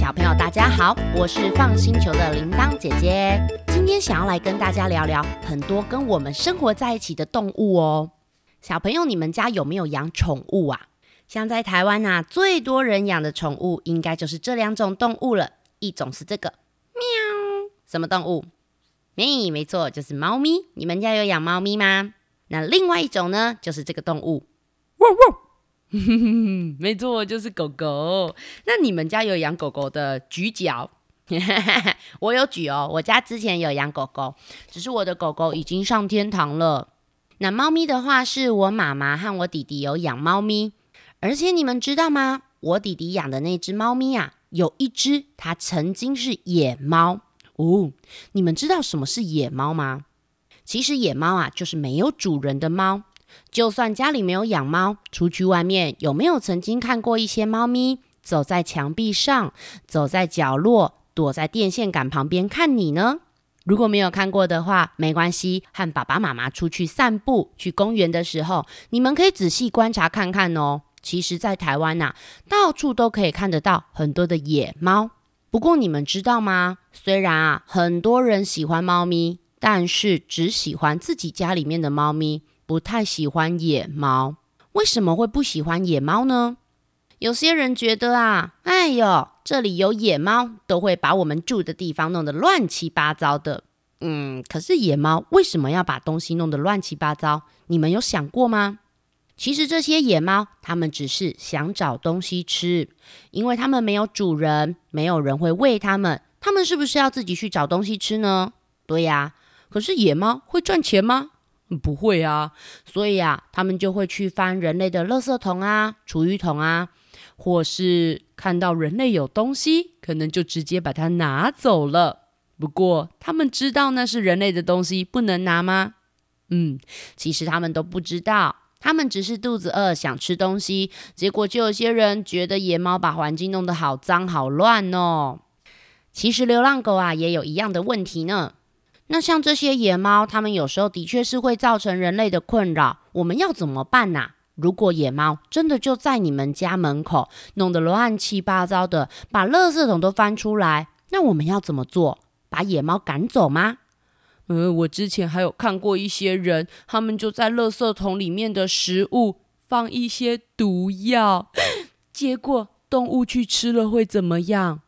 小朋友大家好，我是放星球的铃铛姐姐。今天想要来跟大家聊聊很多跟我们生活在一起的动物哦。小朋友，你们家有没有养宠物啊？像在台湾啊，最多人养的宠物应该就是这两种动物了。一种是这个喵，什么动物？没错，就是猫咪。你们家有养猫咪吗？那另外一种呢，就是这个动物，汪汪。没错，就是狗狗。那你们家有养狗狗的举脚？我有举哦，我家之前有养狗狗，只是我的狗狗已经上天堂了。那猫咪的话，是我妈妈和我弟弟有养猫咪，而且你们知道吗？我弟弟养的那只猫咪啊，有一只它曾经是野猫哦。你们知道什么是野猫吗？其实野猫啊，就是没有主人的猫。就算家里没有养猫，出去外面有没有曾经看过一些猫咪走在墙壁上，走在角落，躲在电线杆旁边看你呢？如果没有看过的话，没关系，和爸爸妈妈出去散步，去公园的时候，你们可以仔细观察看看哦。其实在台湾啊，到处都可以看得到很多的野猫。不过你们知道吗？虽然啊，很多人喜欢猫咪，但是只喜欢自己家里面的猫咪，不太喜欢野猫。为什么会不喜欢野猫呢？有些人觉得啊，哎呦，这里有野猫，都会把我们住的地方弄得乱七八糟的。可是野猫为什么要把东西弄得乱七八糟？你们有想过吗？其实这些野猫，它们只是想找东西吃，因为它们没有主人，没有人会喂它们，它们是不是要自己去找东西吃呢？对呀，可是野猫会赚钱吗？不会啊，所以啊，他们就会去翻人类的垃圾桶啊、厨余桶啊，或是看到人类有东西，可能就直接把它拿走了。不过，他们知道那是人类的东西，不能拿吗？其实他们都不知道，他们只是肚子饿，想吃东西，结果就有些人觉得野猫把环境弄得好脏好乱哦。其实流浪狗啊，也有一样的问题呢。那像这些野猫，它们有时候的确是会造成人类的困扰，我们要怎么办啊？如果野猫真的就在你们家门口弄得乱七八糟的，把垃圾桶都翻出来，那我们要怎么做？把野猫赶走吗？我之前还有看过一些人，他们就在垃圾桶里面的食物放一些毒药，结果动物去吃了会怎么样？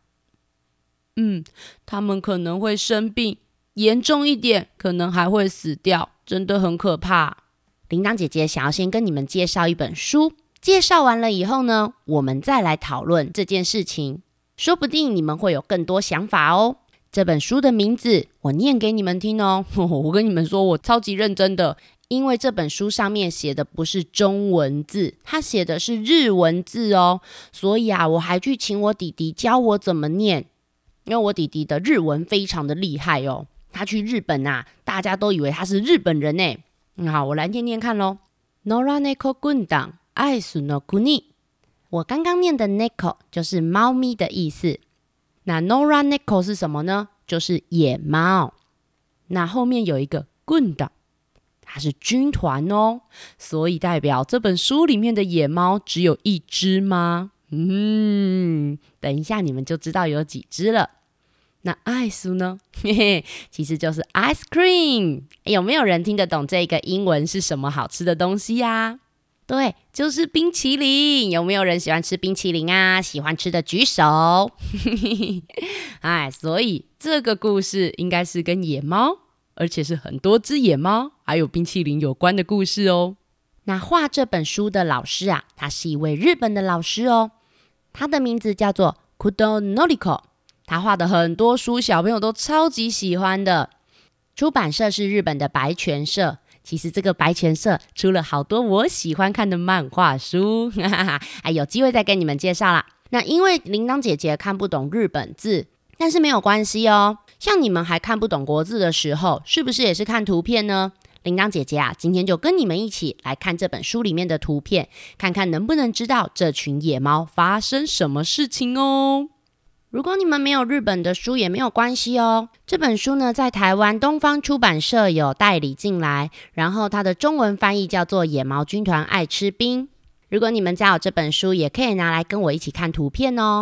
他们可能会生病，严重一点可能还会死掉，真的很可怕。铃铛姐姐想要先跟你们介绍一本书，介绍完了以后呢，我们再来讨论这件事情，说不定你们会有更多想法哦。这本书的名字我念给你们听哦。我跟你们说，我超级认真的，因为这本书上面写的不是中文字，它写的是日文字哦，所以啊，我还去请我弟弟教我怎么念，因为我弟弟的日文非常的厉害哦。他去日本啊，大家都以为他是日本人耶。好，我来念念看咯。Nora neko gundam aisu no kuni。我刚刚念的 neko 就是猫咪的意思。那 Nora neko 是什么呢？就是野猫。那后面有一个 gundam， 它是军团哦，所以代表这本书里面的野猫只有一只吗？等一下你们就知道有几只了。那爱素呢？其实就是 ice cream。有没有人听得懂这个英文是什么好吃的东西呀？对，就是冰淇淋。有没有人喜欢吃冰淇淋啊？喜欢吃的举手。所以这个故事应该是跟野猫，而且是很多只野猫还有冰淇淋有关的故事哦。那画这本书的老师啊，他是一位日本的老师哦，他的名字叫做 Kudo Noriko。他画的很多书，小朋友都超级喜欢的。出版社是日本的白泉社，其实这个白泉社出了好多我喜欢看的漫画书，有机会再跟你们介绍啦。那因为铃铛姐姐看不懂日本字，但是没有关系哦。像你们还看不懂国字的时候，是不是也是看图片呢？铃铛姐姐啊，今天就跟你们一起来看这本书里面的图片，看看能不能知道这群野猫发生什么事情哦。如果你们没有日本的书也没有关系哦，这本书呢在台湾东方出版社有代理进来，然后它的中文翻译叫做《野猫军团爱吃冰》。如果你们家有这本书，也可以拿来跟我一起看图片哦。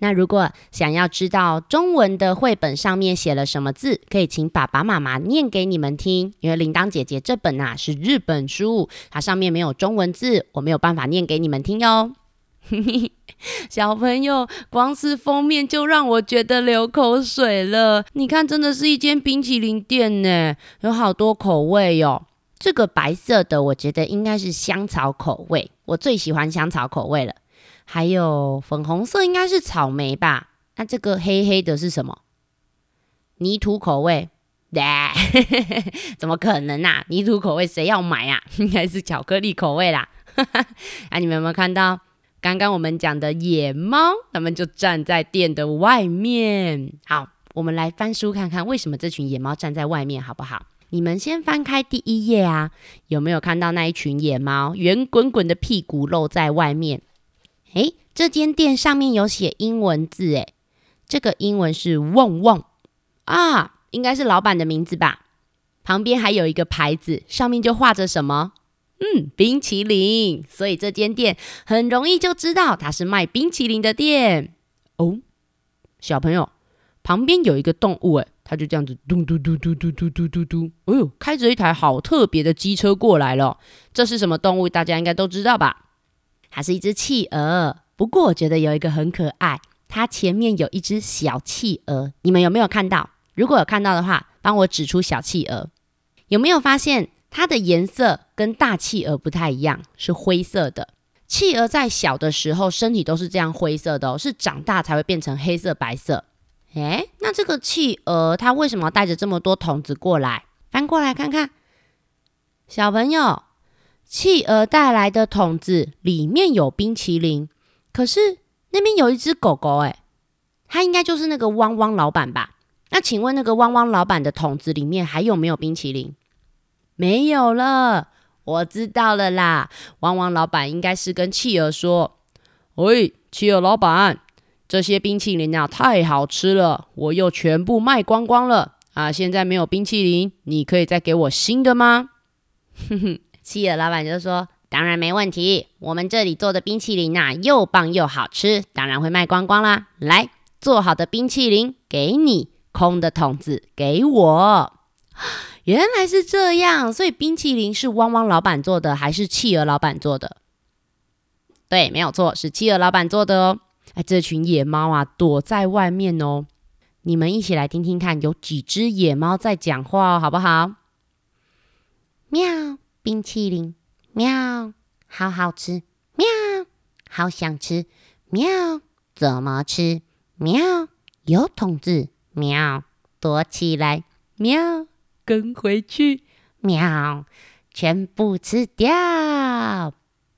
那如果想要知道中文的绘本上面写了什么字，可以请爸爸妈妈念给你们听，因为铃铛姐姐这本是日本书，它上面没有中文字，我没有办法念给你们听哟。小朋友，光是封面就让我觉得流口水了。你看，真的是一间冰淇淋店呢，有好多口味哦。这个白色的我觉得应该是香草口味，我最喜欢香草口味了。还有粉红色应该是草莓吧，那这个黑黑的是什么？泥土口味。怎么可能啊？泥土口味谁要买啊？应该是巧克力口味啦。你们有没有看到刚刚我们讲的野猫，他们就站在店的外面。好，我们来翻书看看为什么这群野猫站在外面好不好？你们先翻开第1页啊，有没有看到那一群野猫圆滚滚的屁股露在外面？这间店上面有写英文字，这个英文是旺旺啊，应该是老板的名字吧。旁边还有一个牌子，上面就画着什么？冰淇淋，所以这间店很容易就知道它是卖冰淇淋的店哦。小朋友，旁边有一个动物，它就这样子嘟嘟嘟嘟嘟嘟嘟嘟嘟，哎呦，开着一台好特别的机车过来了。这是什么动物？大家应该都知道吧？它是一只企鹅，不过我觉得有一个很可爱，它前面有一只小企鹅，你们有没有看到？如果有看到的话，帮我指出小企鹅。有没有发现它的颜色跟大企鹅不太一样，是灰色的。企鹅在小的时候身体都是这样灰色的是长大才会变成黑色白色。那这个企鹅它为什么要带着这么多桶子过来？翻过来看看。小朋友，企鹅带来的桶子里面有冰淇淋，可是那边有一只狗狗它应该就是那个汪汪老板吧？那请问那个汪汪老板的桶子里面还有没有冰淇淋？没有了，我知道了啦。汪汪老板应该是跟企鹅说：喂，企鹅老板，这些冰淇淋太好吃了，我又全部卖光光了现在没有冰淇淋，你可以再给我新的吗？企鹅老板就说：当然没问题，我们这里做的冰淇淋又棒又好吃，当然会卖光光啦。来，做好的冰淇淋给你，空的桶子给我。原来是这样，所以冰淇淋是汪汪老板做的还是企鹅老板做的？对，没有错，是企鹅老板做的哦。这群野猫躲在外面哦。你们一起来听听看，有几只野猫在讲话好不好？喵，冰淇淋，喵，好好吃，喵，好想吃，喵，怎么吃？喵，有桶子，喵，躲起来，喵，跟回去，喵，全部吃掉。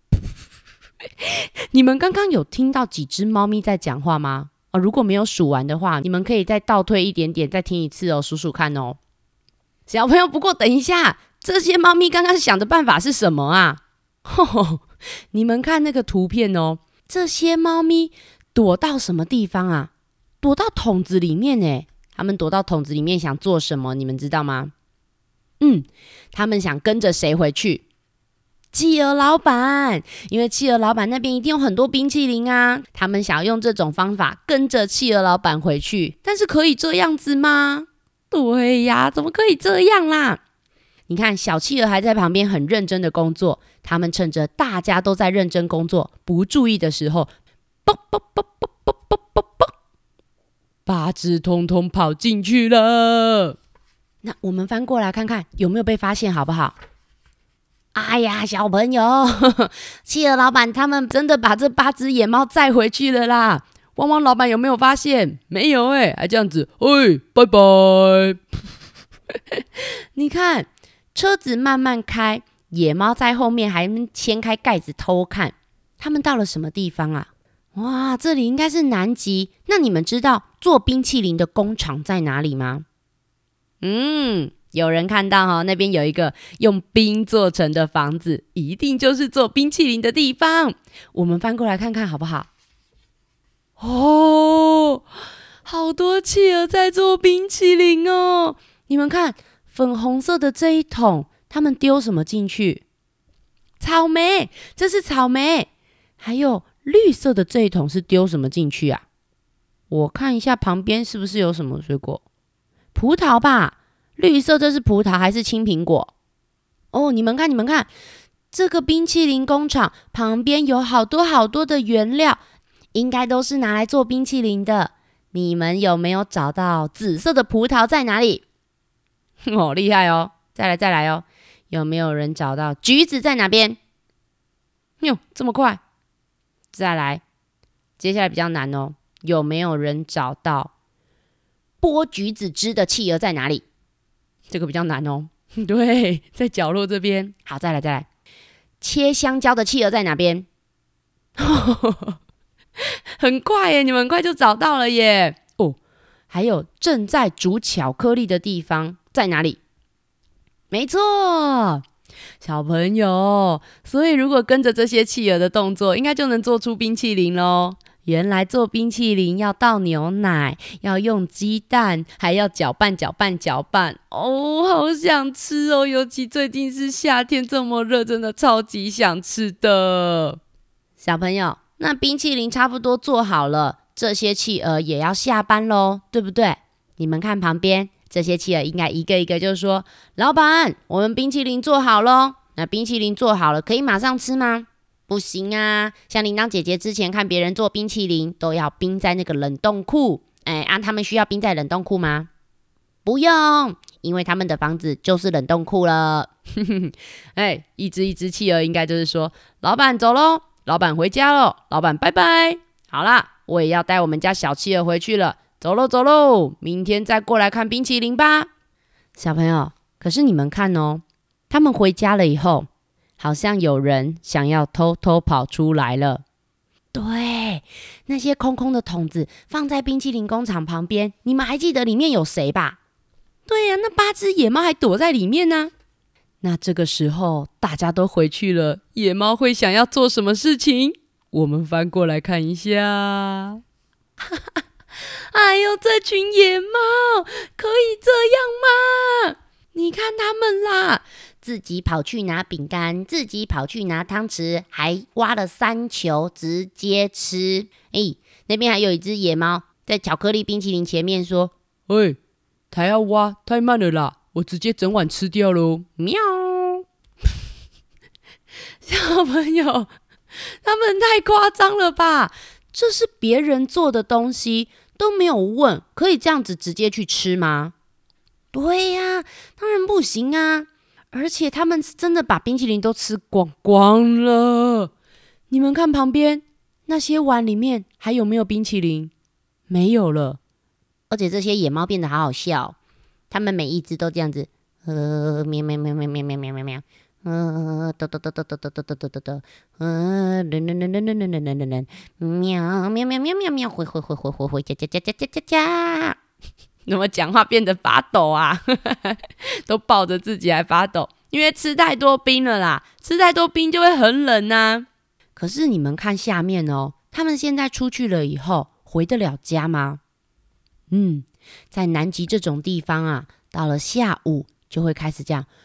你们刚刚有听到几只猫咪在讲话吗？如果没有数完的话，你们可以再倒退一点点，再听一次哦，数数看哦。小朋友，不过等一下，这些猫咪刚刚想的办法是什么啊？你们看那个图片哦，这些猫咪躲到什么地方啊？躲到桶子里面耶。他们躲到桶子里面想做什么？你们知道吗？他们想跟着谁回去？企鹅老板，因为企鹅老板那边一定有很多冰淇淋啊，他们想要用这种方法跟着企鹅老板回去，但是可以这样子吗？对呀，怎么可以这样啦？你看，小企鹅还在旁边很认真的工作，他们趁着大家都在认真工作不注意的时候，啵啵啵啵啵啵啵啵，8只通通跑进去了。那我们翻过来看看有没有被发现好不好？哎呀，小朋友，企鹅老板他们真的把这8只野猫载回去了啦。汪汪老板有没有发现？没有还这样子，拜拜。你看，车子慢慢开，野猫在后面还掀开盖子偷看。他们到了什么地方啊？哇，这里应该是南极。那你们知道做冰淇淋的工厂在哪里吗？有人看到那边有一个用冰做成的房子，一定就是做冰淇淋的地方。我们翻过来看看好不好？好多企鹅在做冰淇淋哦。你们看，粉红色的这一桶，他们丢什么进去？草莓，这是草莓。还有绿色的这一桶是丢什么进去啊？ 我看一下旁边是不是有什么水果？葡萄吧，绿色这是葡萄还是青苹果？哦，你们看，这个冰淇淋工厂旁边有好多好多的原料，应该都是拿来做冰淇淋的。你们有没有找到紫色的葡萄在哪里？哦，厉害哦！再来哦，有没有人找到橘子在哪边？哟，这么快！再来，接下来比较难哦，有没有人找到剥橘子汁的企鹅在哪里？这个比较难哦。对，在角落这边。好，再来，切香蕉的企鹅在哪边？很快耶，你们很快就找到了耶！哦，还有正在煮巧克力的地方在哪里？没错，小朋友，所以如果跟着这些企鹅的动作，应该就能做出冰淇淋咯。原来做冰淇淋要倒牛奶，要用鸡蛋，还要搅拌哦，好想吃哦！尤其最近是夏天这么热，真的超级想吃的。小朋友，那冰淇淋差不多做好了，这些企鹅也要下班咯，对不对？你们看旁边，这些企鹅应该一个一个就说：老板，我们冰淇淋做好咯。那冰淇淋做好了，可以马上吃吗？不行啊，像铃铛姐姐之前看别人做冰淇淋，都要冰在那个冷冻库。他们需要冰在冷冻库吗？不用，因为他们的房子就是冷冻库了。一只企鹅应该就是说：老板走咯，老板回家咯，老板拜拜。好啦，我也要带我们家小企鹅回去了，走咯，明天再过来看冰淇淋吧。小朋友，可是你们看哦，他们回家了以后，好像有人想要偷偷跑出来了。对，那些空空的桶子放在冰淇淋工厂旁边，你们还记得里面有谁吧？对呀，那8只野猫还躲在里面呢。那这个时候大家都回去了，野猫会想要做什么事情？我们翻过来看一下。哎呦，这群野猫可以这样吗？你看他们啦，自己跑去拿饼干，自己跑去拿汤匙，还挖了3球直接吃。那边还有一只野猫在巧克力冰淇淋前面说：还要挖，太慢了啦，我直接整碗吃掉咯。喵！小朋友，他们太夸张了吧？这是别人做的东西，都没有问，可以这样子直接去吃吗？对呀，当然不行啊！而且他们是真的把冰淇淋都吃光光了。你们看旁边那些碗里面还有没有冰淇淋？没有了。而且这些野猫变得好好笑，他们每一只都这样子，喵喵喵喵喵喵喵喵喵，哆哆哆哆哆哆哆哆哆哆哆，喵喵喵喵喵喵，回，加。怎么讲话变得发抖啊？都抱着自己还发抖，因为吃太多冰了啦，吃太多冰就会很冷啊。可是你们看下面哦，他们现在出去了以后，回得了家吗？在南极这种地方啊，到了下午就会开始这样，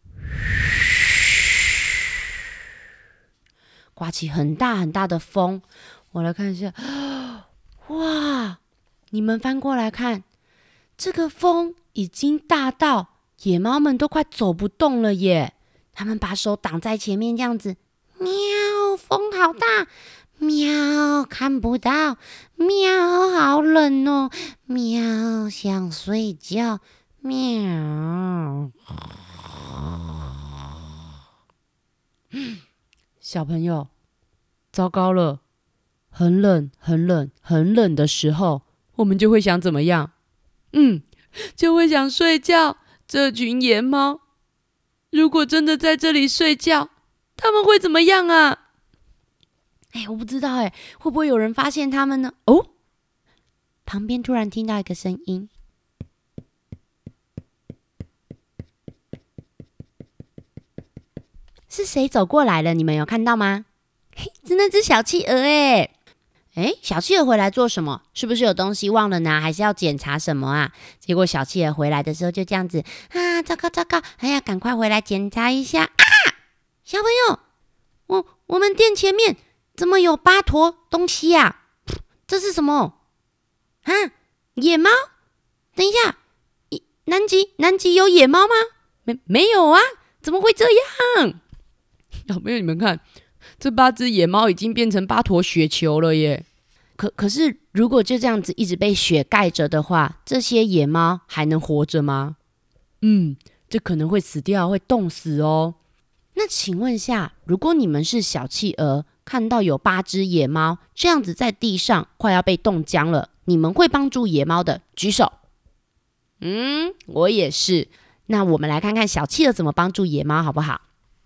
刮起很大很大的风。我来看一下，哇！你们翻过来看。这个风已经大到野猫们都快走不动了耶！他们把手挡在前面，这样子，喵，风好大，喵，看不到，喵，好冷哦，喵，想睡觉，喵。小朋友，糟糕了，很冷的时候，我们就会想怎么样？就会想睡觉。这群野猫，如果真的在这里睡觉，他们会怎么样啊？我不知道会不会有人发现他们呢？旁边突然听到一个声音，是谁走过来了？你们有看到吗？是那只小企鹅小企鹅回来做什么？是不是有东西忘了拿，还是要检查什么啊？结果小企鹅回来的时候就这样子啊，糟糕！赶快回来检查一下啊！小朋友，我们店前面怎么有8坨东西啊？这是什么哈，野猫？等一下，南极有野猫吗？没有啊，怎么会这样？小朋友，你们看，这8只野猫已经变成8坨雪球了耶！可是，如果就这样子一直被雪盖着的话，这些野猫还能活着吗？这可能会死掉，会冻死哦。那请问下，如果你们是小企鹅，看到有8只野猫这样子在地上快要被冻僵了，你们会帮助野猫的？举手。我也是。那我们来看看小企鹅怎么帮助野猫，好不好？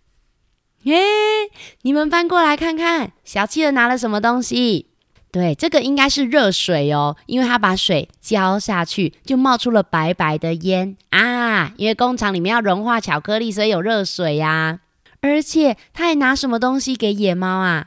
你们翻过来看看，小企鹅拿了什么东西？对，这个应该是热水哦，因为它把水浇下去，就冒出了白白的烟啊。因为工厂里面要融化巧克力，所以有热水呀。而且他还拿什么东西给野猫啊？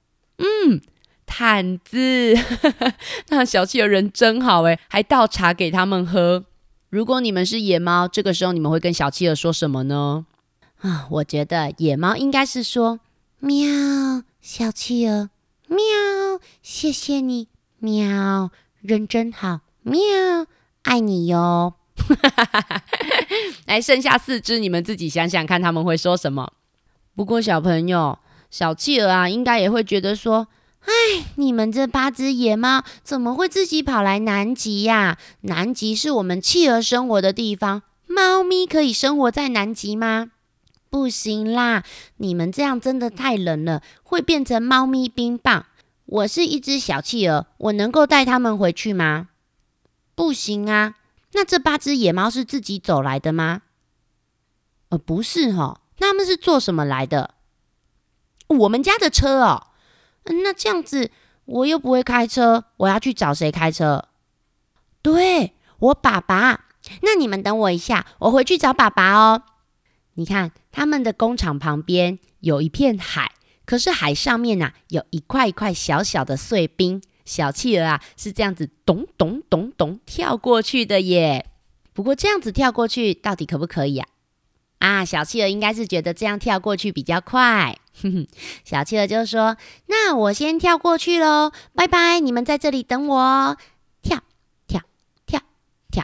毯子。那小企鹅人真好耶，还倒茶给他们喝。如果你们是野猫，这个时候你们会跟小企鹅说什么呢？我觉得野猫应该是说喵，小企鹅，喵，谢谢你，喵，人真好，喵，爱你哟。来，剩下4只，你们自己想想看他们会说什么。不过小朋友，小企鹅啊，应该也会觉得说，你们这8只野猫怎么会自己跑来南极呀？南极是我们企鹅生活的地方，猫咪可以生活在南极吗？不行啦，你们这样真的太冷了，会变成猫咪冰棒。我是一只小企鹅，我能够带它们回去吗？不行啊。那这8只野猫是自己走来的吗？不是齁，那他们是坐什么来的？我们家的车哦。那这样子我又不会开车，我要去找谁开车？对，我爸爸。那你们等我一下，我回去找爸爸哦。你看，他们的工厂旁边有一片海，可是海上面有一块一块小小的碎冰。小企鹅是这样子咚咚咚咚跳过去的耶。不过这样子跳过去到底可不可以小企鹅应该是觉得这样跳过去比较快。小企鹅就说，那我先跳过去咯，拜拜，你们在这里等我哦。跳跳跳跳。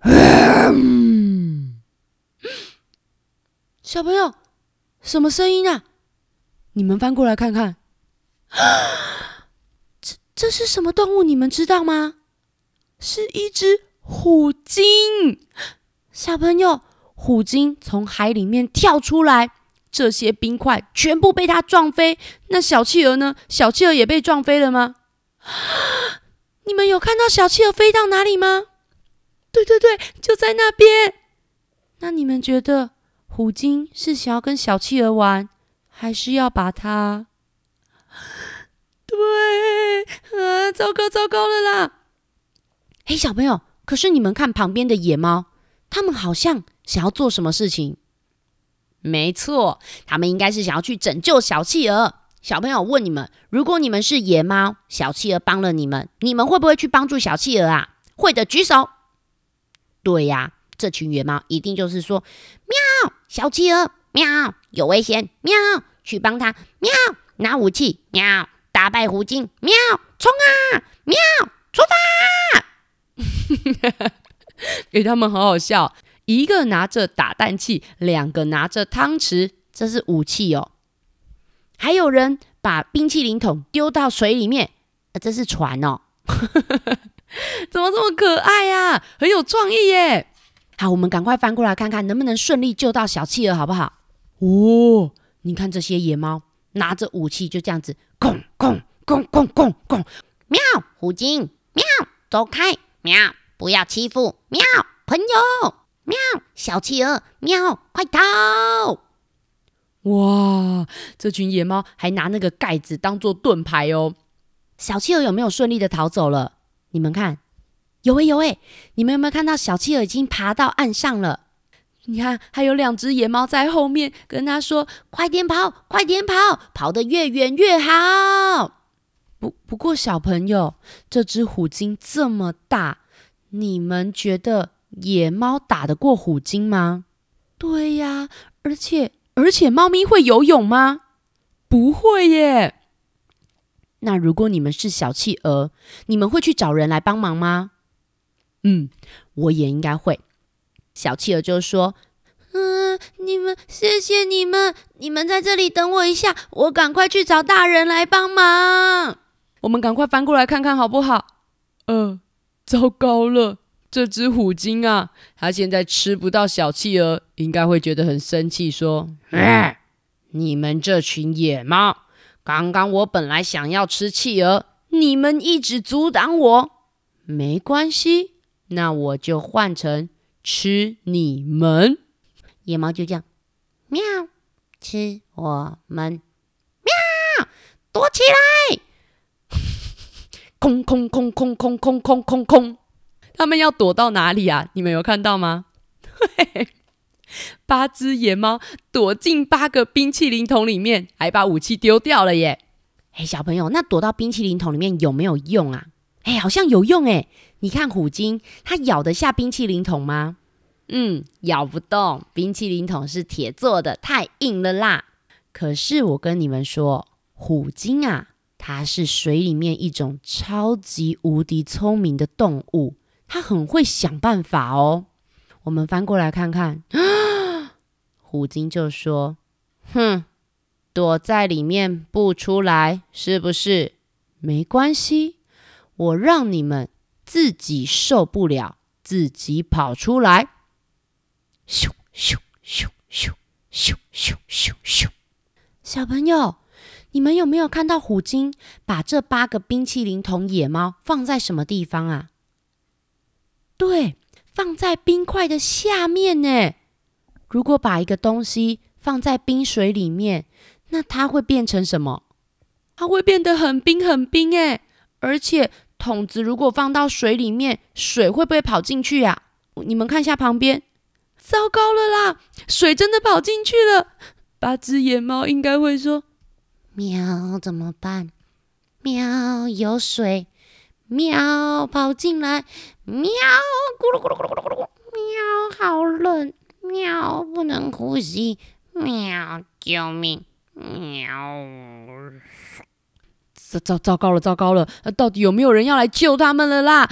小朋友，什么声音啊？你们翻过来看看。这是什么动物？你们知道吗？是一只虎鲸。小朋友，虎鲸从海里面跳出来，这些冰块全部被它撞飞。那小企鹅呢？小企鹅也被撞飞了吗？你们有看到小企鹅飞到哪里吗？对，就在那边。那你们觉得虎鲸是想要跟小企鹅玩，还是要把它……对，糟糕了啦！小朋友，可是你们看旁边的野猫，他们好像想要做什么事情？没错，他们应该是想要去拯救小企鹅。小朋友，问你们，如果你们是野猫，小企鹅帮了你们，你们会不会去帮助小企鹅啊？会的举手。对呀，这群野猫一定就是说，喵，小企鹅，喵，有危险，喵，去帮他，喵，拿武器，喵，打败虎鲸，喵，冲啊，喵，出发！他们好好笑，一个拿着打蛋器，2个拿着汤匙，这是武器哦。还有人把冰淇淋桶丢到水里面，这是船哦。怎么这么可爱啊？很有创意耶！好，我们赶快翻过来看看能不能顺利救到小企鹅，好不好？你看这些野猫拿着武器就这样子，拱拱拱拱拱拱，喵，虎鲸，喵，走开，喵，不要欺负，喵，朋友，喵，小企鹅，喵，快逃！哇，这群野猫还拿那个盖子当做盾牌哦。小企鹅有没有顺利的逃走了？你们看，有耶！你们有没有看到小企鹅已经爬到岸上了？你看，还有2只野猫在后面跟他说：“快点跑，快点跑，跑得越远越好。”不过小朋友，这只虎鲸这么大，你们觉得野猫打得过虎鲸吗？对呀，而且猫咪会游泳吗？不会耶。那如果你们是小企鹅，你们会去找人来帮忙吗？ 我也应该会。小企鹅就说，谢谢你们在这里等我一下，我赶快去找大人来帮忙。我们赶快翻过来看看好不好？糟糕了，这只虎鲸啊，它现在吃不到小企鹅，应该会觉得很生气，说，你们这群野猫，刚刚我本来想要吃企鹅，你们一直阻挡我，没关系，那我就换成吃你们。野猫就这样，喵，吃我们，喵，躲起来！空空空空空空空空空，他们要躲到哪里啊？你们有看到吗？8只野猫躲进8个冰淇淋桶里面，还把武器丢掉了耶！小朋友，那躲到冰淇淋桶里面有没有用啊？好像有用耶！你看虎鲸，它咬得下冰淇淋桶吗？咬不动，冰淇淋桶是铁做的，太硬了啦。可是我跟你们说，虎鲸啊，它是水里面一种超级无敌聪明的动物，它很会想办法哦。我们翻过来看看，虎鲸就说，躲在里面不出来，是不是？没关系，我让你们自己受不了，自己跑出来。咻咻咻咻咻咻咻咻！小朋友，你们有没有看到虎鲸把这8个冰淇淋桶野猫放在什么地方啊？对，放在冰块的下面呢。如果把一个东西放在冰水里面，那它会变成什么？它会变得很冰很冰耶。而且桶子如果放到水里面，水会不会跑进去啊？你们看一下旁边，糟糕了啦，水真的跑进去了。8只野猫应该会说，喵，怎么办？喵，有水。喵，跑进来。喵，咕噜咕噜咕噜咕噜咕噜。喵，好冷。喵，不能呼吸。喵，救命。喵，糟糕了，糟糕了！到底有没有人要来救他们了啦？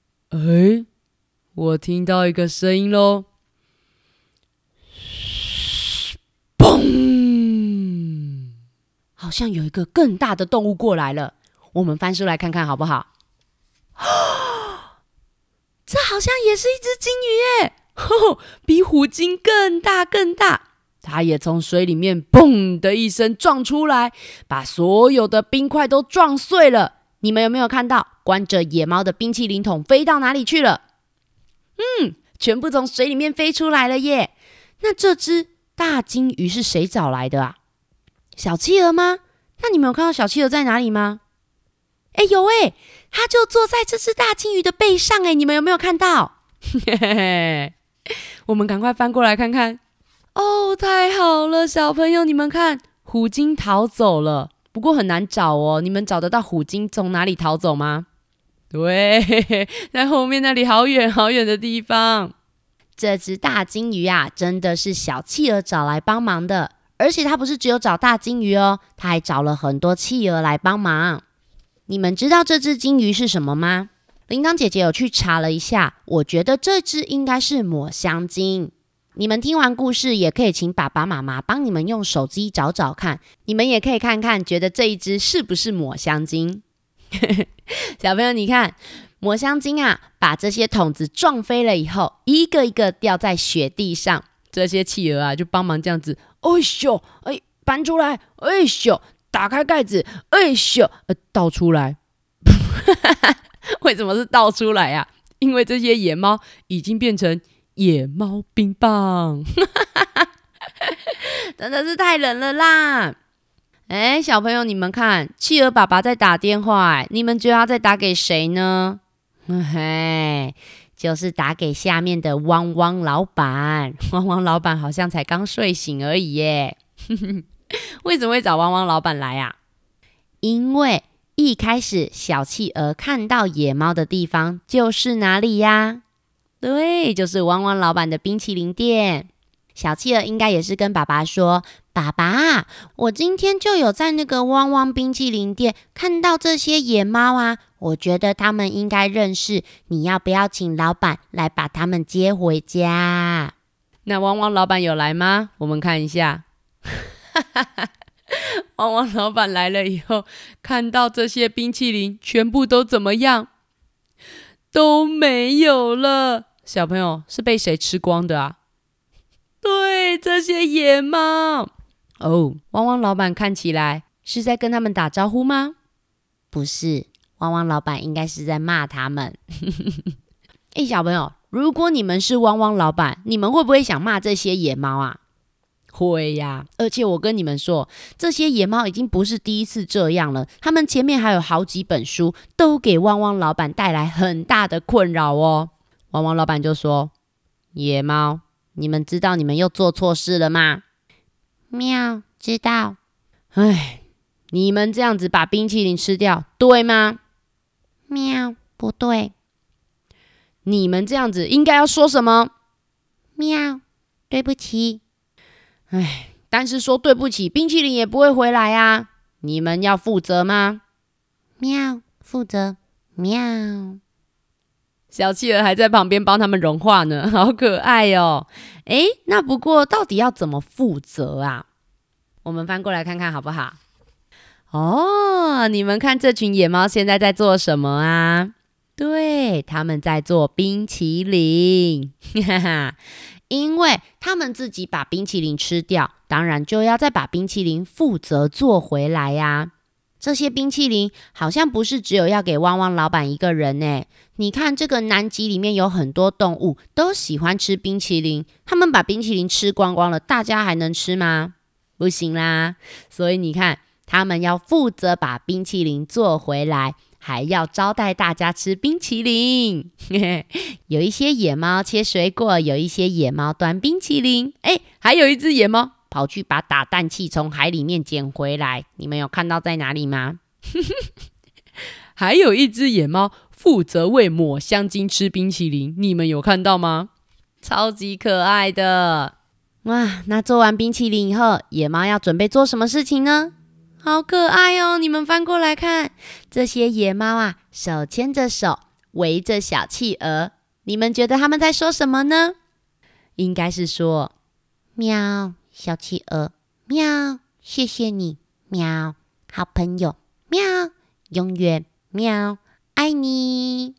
我听到一个声音咯。嘣！好像有一个更大的动物过来了。我们翻书来看看好不好？这好像也是一只金鱼耶！比虎鲸更大更大。它也从水里面砰的一声撞出来，把所有的冰块都撞碎了。你们有没有看到关着野猫的冰淇淋桶飞到哪里去了？全部从水里面飞出来了耶。那这只大金鱼是谁找来的啊？小企鹅吗？那你们有看到小企鹅在哪里吗？有它就坐在这只大金鱼的背上你们有没有看到？我们赶快翻过来看看。太好了，小朋友，你们看，虎鲸逃走了，不过很难找哦。你们找得到虎鲸从哪里逃走吗？对，在后面那里好远好远的地方。这只大金鱼啊，真的是小企鹅找来帮忙的，而且它不是只有找大金鱼哦，它还找了很多企鹅来帮忙。你们知道这只金鱼是什么吗？铃铛姐姐有去查了一下，我觉得这只应该是抹香鲸。你们听完故事也可以请爸爸妈妈帮你们用手机找找看，你们也可以看看觉得这一只是不是抹香鲸。小朋友你看，抹香鲸啊，把这些桶子撞飞了以后，一个一个掉在雪地上，这些企鹅啊就帮忙这样子，搬出来，打开盖子，倒出来。为什么是倒出来啊？因为这些野猫已经变成野猫冰棒。真的是太冷了啦。小朋友你们看，企鹅爸爸在打电话，你们觉得他在打给谁呢？就是打给下面的汪汪老板。汪汪老板好像才刚睡醒而已耶。为什么会找汪汪老板来啊？因为一开始小企鹅看到野猫的地方就是哪里呀？对，就是汪汪老板的冰淇淋店。 小企鹅应该也是跟爸爸说，爸爸，我今天就有在那个汪汪冰淇淋店看到这些野猫啊，我觉得他们应该认识，你要不要请老板来把他们接回家？那汪汪老板有来吗？我们看一下。汪汪老板来了以后，看到这些冰淇淋全部都怎么样？都没有了。小朋友，是被谁吃光的啊？对，这些野猫。哦，汪汪老板看起来是在跟他们打招呼吗？不是，汪汪老板应该是在骂他们。小朋友，如果你们是汪汪老板，你们会不会想骂这些野猫啊？会呀，而且我跟你们说，这些野猫已经不是第一次这样了，他们前面还有好几本书都给汪汪老板带来很大的困扰哦。汪汪老板就说，野猫，你们知道你们又做错事了吗？喵，知道。你们这样子把冰淇淋吃掉，对吗？喵，不对。你们这样子应该要说什么？喵，对不起。但是说对不起，冰淇淋也不会回来啊！你们要负责吗？喵，负责。喵。小企鹅还在旁边帮他们融化呢，好可爱哦。那不过到底要怎么负责啊？我们翻过来看看好不好？你们看这群野猫现在在做什么啊？对，他们在做冰淇淋。因为他们自己把冰淇淋吃掉，当然就要再把冰淇淋负责做回来呀。这些冰淇淋好像不是只有要给汪汪老板一个人耶。你看这个南极里面有很多动物都喜欢吃冰淇淋，他们把冰淇淋吃光光了，大家还能吃吗？不行啦。所以你看，他们要负责把冰淇淋做回来，还要招待大家吃冰淇淋。有一些野猫切水果，有一些野猫端冰淇淋，还有一只野猫跑去把打蛋器从海里面捡回来，你们有看到在哪里吗？还有一只野猫负责为抹香鲸吃冰淇淋，你们有看到吗？超级可爱的。哇，那做完冰淇淋以后，野猫要准备做什么事情呢？好可爱哦，你们翻过来看，这些野猫啊，手牵着手，围着小企鹅，你们觉得他们在说什么呢？应该是说，喵，小企鹅，喵，谢谢你，喵，好朋友，喵，永远，喵，爱你。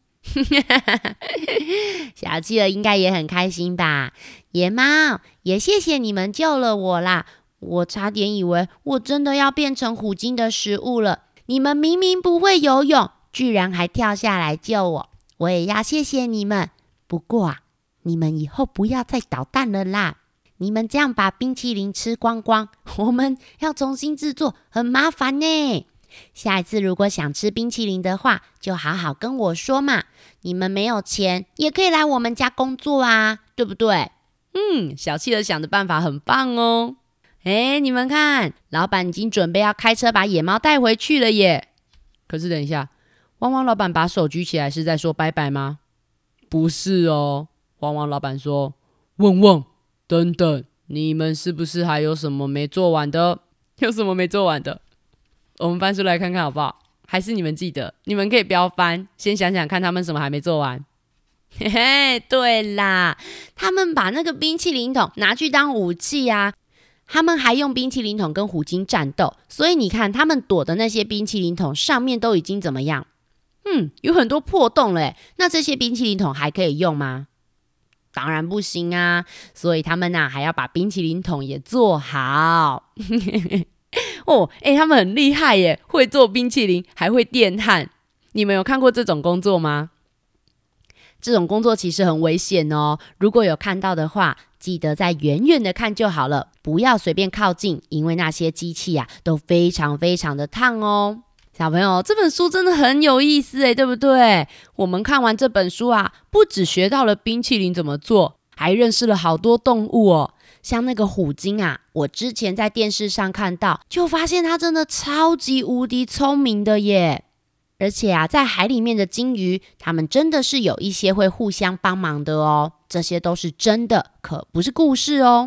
小企鹅应该也很开心吧？野猫，也谢谢你们救了我啦，我差点以为我真的要变成虎鲸的食物了。你们明明不会游泳，居然还跳下来救我，我也要谢谢你们。不过啊，你们以后不要再捣蛋了啦。你们这样把冰淇淋吃光光，我们要重新制作，很麻烦呢。下一次如果想吃冰淇淋的话，就好好跟我说嘛。你们没有钱，也可以来我们家工作啊，对不对？小企鹅想的办法很棒哦。你们看，老板已经准备要开车把野猫带回去了耶。可是等一下，汪汪老板把手举起来是在说拜拜吗？不是哦，汪汪老板说，汪汪，等等，你们是不是还有什么没做完的？有什么没做完的？我们翻出来看看好不好？还是你们记得？你们可以不要翻，先想想看他们什么还没做完。嘿嘿，对啦，他们把那个冰淇淋桶拿去当武器啊，他们还用冰淇淋桶跟虎鲸战斗，所以你看他们躲的那些冰淇淋桶上面都已经怎么样？有很多破洞了耶。那这些冰淇淋桶还可以用吗？当然不行啊，所以他们还要把冰淇淋桶也做好。他们很厉害耶，会做冰淇淋，还会电焊。你们有看过这种工作吗？这种工作其实很危险哦，如果有看到的话，记得在远远的看就好了，不要随便靠近，因为那些机器都非常非常的烫哦。小朋友，这本书真的很有意思耶，对不对？我们看完这本书不只学到了冰淇淋怎么做，还认识了好多动物哦。像那个虎鲸我之前在电视上看到，就发现它真的超级无敌聪明的耶。而且在海里面的鲸鱼，它们真的是有一些会互相帮忙的哦。这些都是真的，可不是故事哦。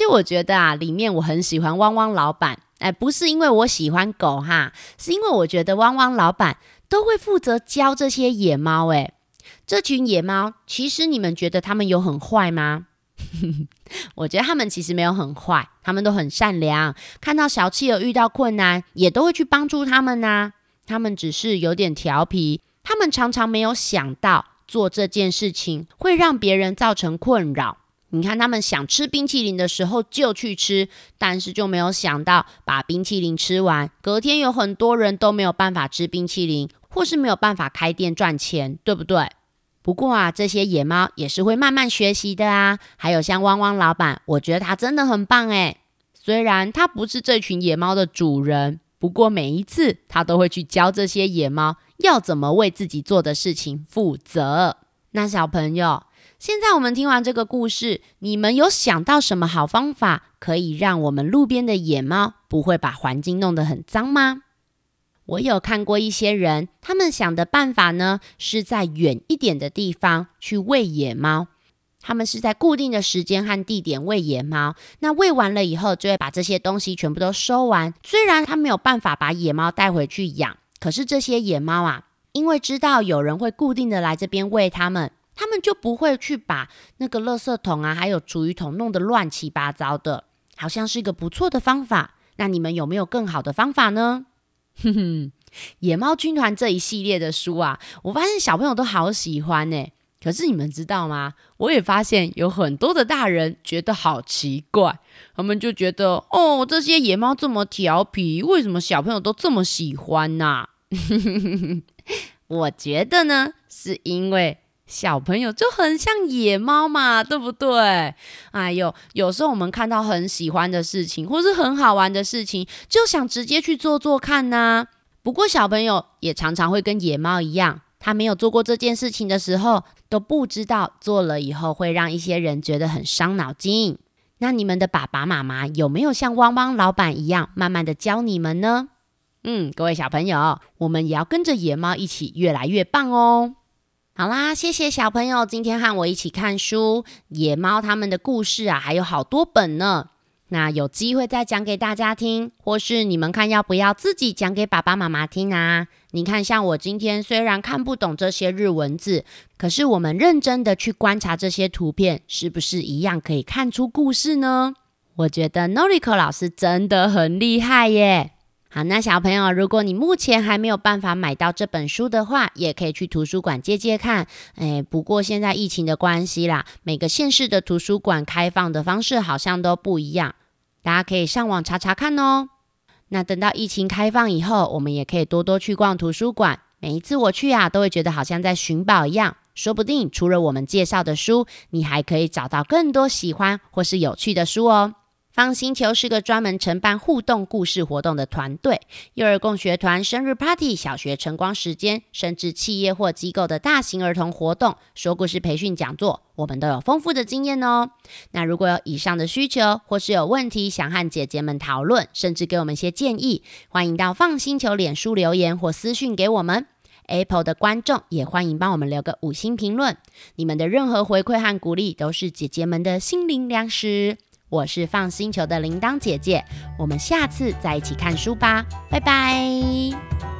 就我觉得啊，里面我很喜欢汪汪老板，不是因为我喜欢狗哈，是因为我觉得汪汪老板都会负责教这些野猫。这群野猫，其实你们觉得他们有很坏吗？我觉得他们其实没有很坏，他们都很善良，看到小企鹅遇到困难，也都会去帮助他们啊。他们只是有点调皮，他们常常没有想到做这件事情会让别人造成困扰。你看他们想吃冰淇淋的时候就去吃，但是就没有想到把冰淇淋吃完，隔天有很多人都没有办法吃冰淇淋，或是没有办法开店赚钱，对不对？不过啊，这些野猫也是会慢慢学习的啊。还有像汪汪老板，我觉得他真的很棒耶。虽然他不是这群野猫的主人，不过每一次他都会去教这些野猫要怎么为自己做的事情负责。那小朋友，现在我们听完这个故事，你们有想到什么好方法可以让我们路边的野猫不会把环境弄得很脏吗？我有看过一些人，他们想的办法呢，是在远一点的地方去喂野猫。他们是在固定的时间和地点喂野猫，那喂完了以后，就会把这些东西全部都收完。虽然他没有办法把野猫带回去养，可是这些野猫啊，因为知道有人会固定的来这边喂它们，他们就不会去把那个垃圾桶啊，还有厨余桶弄得乱七八糟的，好像是一个不错的方法。那你们有没有更好的方法呢？野猫军团这一系列的书啊，我发现小朋友都好喜欢耶。可是你们知道吗？我也发现有很多的大人觉得好奇怪，他们就觉得这些野猫这么调皮，为什么小朋友都这么喜欢啊？我觉得呢，是因为小朋友就很像野猫嘛，对不对？有时候我们看到很喜欢的事情，或是很好玩的事情，就想直接去做做看啊。不过小朋友也常常会跟野猫一样，他没有做过这件事情的时候，都不知道做了以后会让一些人觉得很伤脑筋。那你们的爸爸妈妈有没有像汪汪老板一样，慢慢的教你们呢？各位小朋友，我们也要跟着野猫一起越来越棒哦。好啦，谢谢小朋友今天和我一起看书，野猫他们的故事啊，还有好多本呢。那有机会再讲给大家听，或是你们看要不要自己讲给爸爸妈妈听啊？你看，像我今天虽然看不懂这些日文字，可是我们认真的去观察这些图片，是不是一样可以看出故事呢？我觉得 Noriko 老师真的很厉害耶。好，那小朋友，如果你目前还没有办法买到这本书的话，也可以去图书馆借借看。不过现在疫情的关系啦，每个县市的图书馆开放的方式好像都不一样，大家可以上网查查看哦。那等到疫情开放以后，我们也可以多多去逛图书馆。每一次我去啊，都会觉得好像在寻宝一样，说不定除了我们介绍的书，你还可以找到更多喜欢或是有趣的书哦。放星球是个专门承办互动故事活动的团队，幼儿共学团、生日 party、小学晨光时间，甚至企业或机构的大型儿童活动、说故事培训讲座，我们都有丰富的经验哦。那如果有以上的需求，或是有问题想和姐姐们讨论，甚至给我们一些建议，欢迎到放星球脸书留言或私讯给我们。Apple 的观众也欢迎帮我们留个5星评论，你们的任何回馈和鼓励都是姐姐们的心灵粮食。我是放星球的铃铛姐姐，我们下次再一起看书吧，拜拜。